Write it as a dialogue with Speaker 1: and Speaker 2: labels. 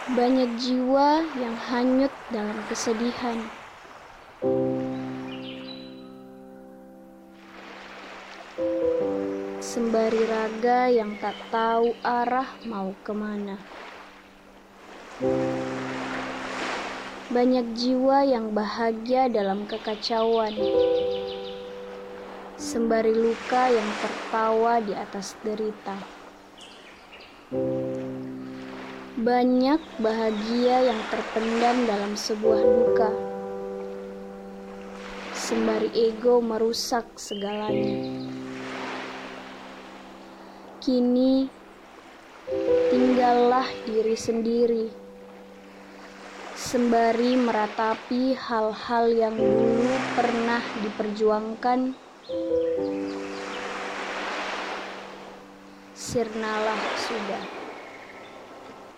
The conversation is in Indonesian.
Speaker 1: Banyak jiwa yang hanyut dalam kesedihan. Sembari raga yang tak tahu arah mau kemana. Banyak jiwa yang bahagia dalam kekacauan. Sembari luka yang tertawa di atas derita. Banyak bahagia yang terpendam dalam sebuah duka. Sembari ego merusak segalanya. Kini, tinggallah diri sendiri. Sembari meratapi hal-hal yang dulu pernah diperjuangkan. Sirnalah sudah.